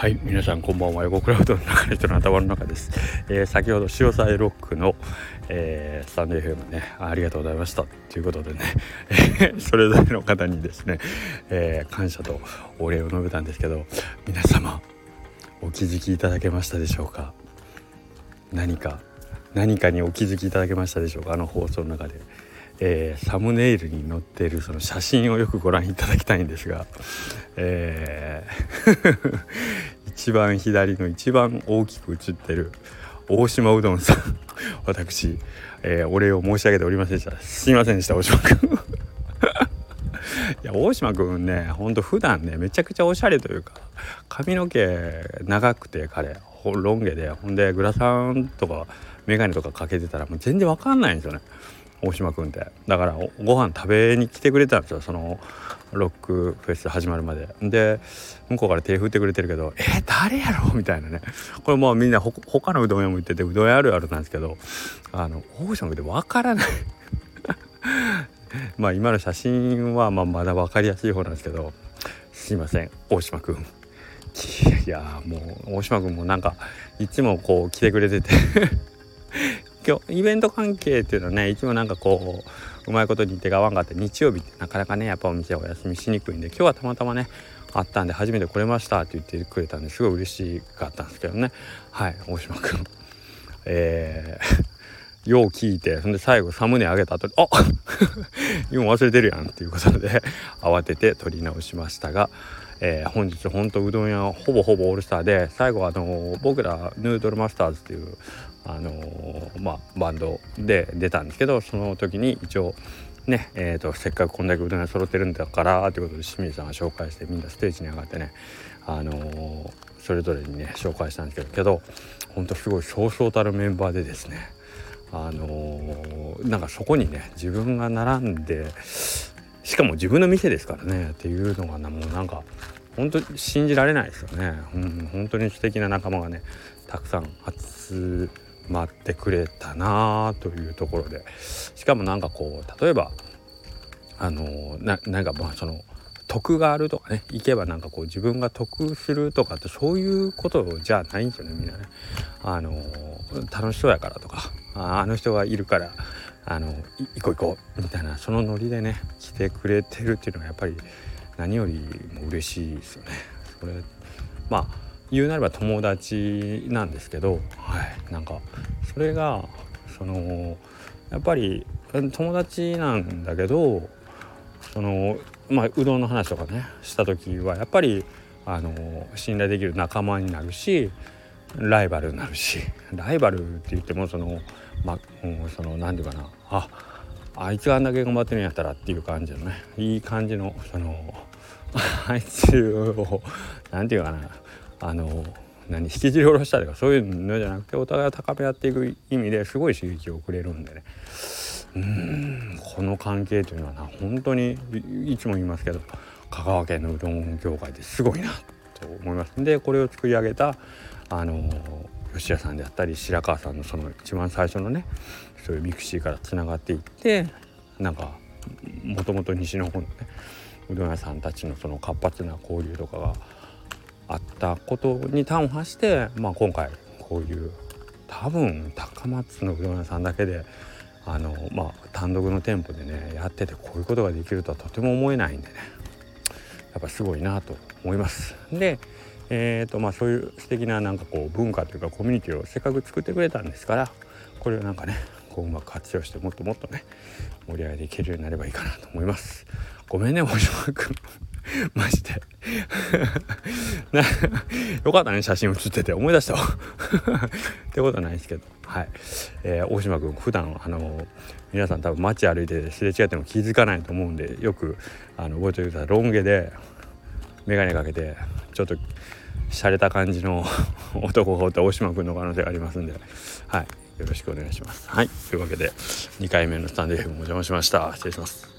はい、皆さんこんばんは。横クラウドの中の人の頭の中です。先ほど潮騒ロックの、スタンド FM ね、ありがとうございましたということでね、それぞれの方にですね、感謝とお礼を述べたんですけど、皆様お気づきいただけましたでしょうか。何かにお気づきいただけましたでしょうか。放送の中で、サムネイルに載っているその写真をよくご覧いただきたいんですが、一番左の一番大きく写ってる大島うどんさん私、お礼を申し上げておりませんでした。すいませんでした。大島くんいや大島くんね、ほんと普段ねめちゃくちゃおしゃれというか、髪の毛長くて彼ロン毛で、ほんでグラサンとかメガネとかかけてたらもう全然わかんないんですよね、大島くんって。だからご飯食べに来てくれたんですよ、そのロックフェス始まるまで。で向こうから手振ってくれてるけど、誰やろみたいなね。これもうみんな他のうどん屋も行ってて、うどん屋あるあるなんですけど、大島くんってわからないまあ今の写真はまだ分かりやすい方なんですけど、すいません大島くん。いやもう大島くんもなんかいつもこう来てくれてて今日イベント関係っていうのはね、いつもなんかこううまいことに手が合わんかって、日曜日ってなかなかねやっぱお店はお休みしにくいんで、今日はたまたまねあったんで初めて来れましたって言ってくれたんで、すごい嬉しかったんですけどね。はい、大島くんよう聞いて、そんで最後サムネ上げた後に今忘れてるやんっていうことで慌てて撮り直しましたが、本日本当うどん屋ほぼオールスターで、最後僕らヌードルマスターズっていうバンドで出たんですけど、その時に一応ね、せっかくこんだけうどん屋揃ってるんだからということで清水さんが紹介して、みんなステージに上がってね、それぞれにね紹介したんですけど、本当すごいそうそうたるメンバーでですね、なんかそこにね自分が並んで、しかも自分の店ですからねっていうのがもうなんか本当信じられないですよね。本当に素敵な仲間がねたくさん集まってくれたなというところで、しかもなんかこう例えばなんかその得があるとかね、行けばなんかこう自分が得するとかって、そういうことじゃないんですよね、みんなね。楽しそうやからとか、あの人がいるから行こうみたいな、そのノリでね来てくれてるっていうのがやっぱり何よりも嬉しいですよね。それ言うなれば友達なんですけど、なんかそれがやっぱり友達なんだけど、うどんの話とかねした時はやっぱり信頼できる仲間になるし、ライバルになるし、ライバルって言ってもなんていうかな、あいつがあんだけ頑張ってるんやったらっていう感じのね、いい感じのあいつをなんていうかな、引きずり下ろしたりとかそういうのじゃなくて、お互いを高め合っていく意味ですごい刺激をくれるんでね、この関係というのは本当にいつも言いますけど、香川県のうどん業界ですごいなと思います。でこれを作り上げた吉谷さんであったり白川さんのその一番最初のね、そういうミクシーからつながっていって、なんかもともと西の方のねうどん屋さんたちのその活発な交流とかがあったことに端を発して、今回こういう多分高松のうどん屋さんだけで単独の店舗でねやってて、こういうことができるとはとても思えないんでね、やっぱすごいなと思います。でそういう素敵ななんかこう文化というかコミュニティをせっかく作ってくれたんですから、これをなんかねこううまく活用してもっとね盛り上げていけるようになればいいかなと思います。ごめんね大島くんマジでよかったね、写真写ってて思い出したわってことはないですけど、大島くん普段皆さん多分街歩いてすれ違っても気づかないと思うんで、よく覚えておいてください。ロン毛でメガネかけてちょっと洒落た感じの男がおった大島くんの可能性がありますんで、よろしくお願いします。というわけで2回目のスタンド FM お邪魔しました。失礼します。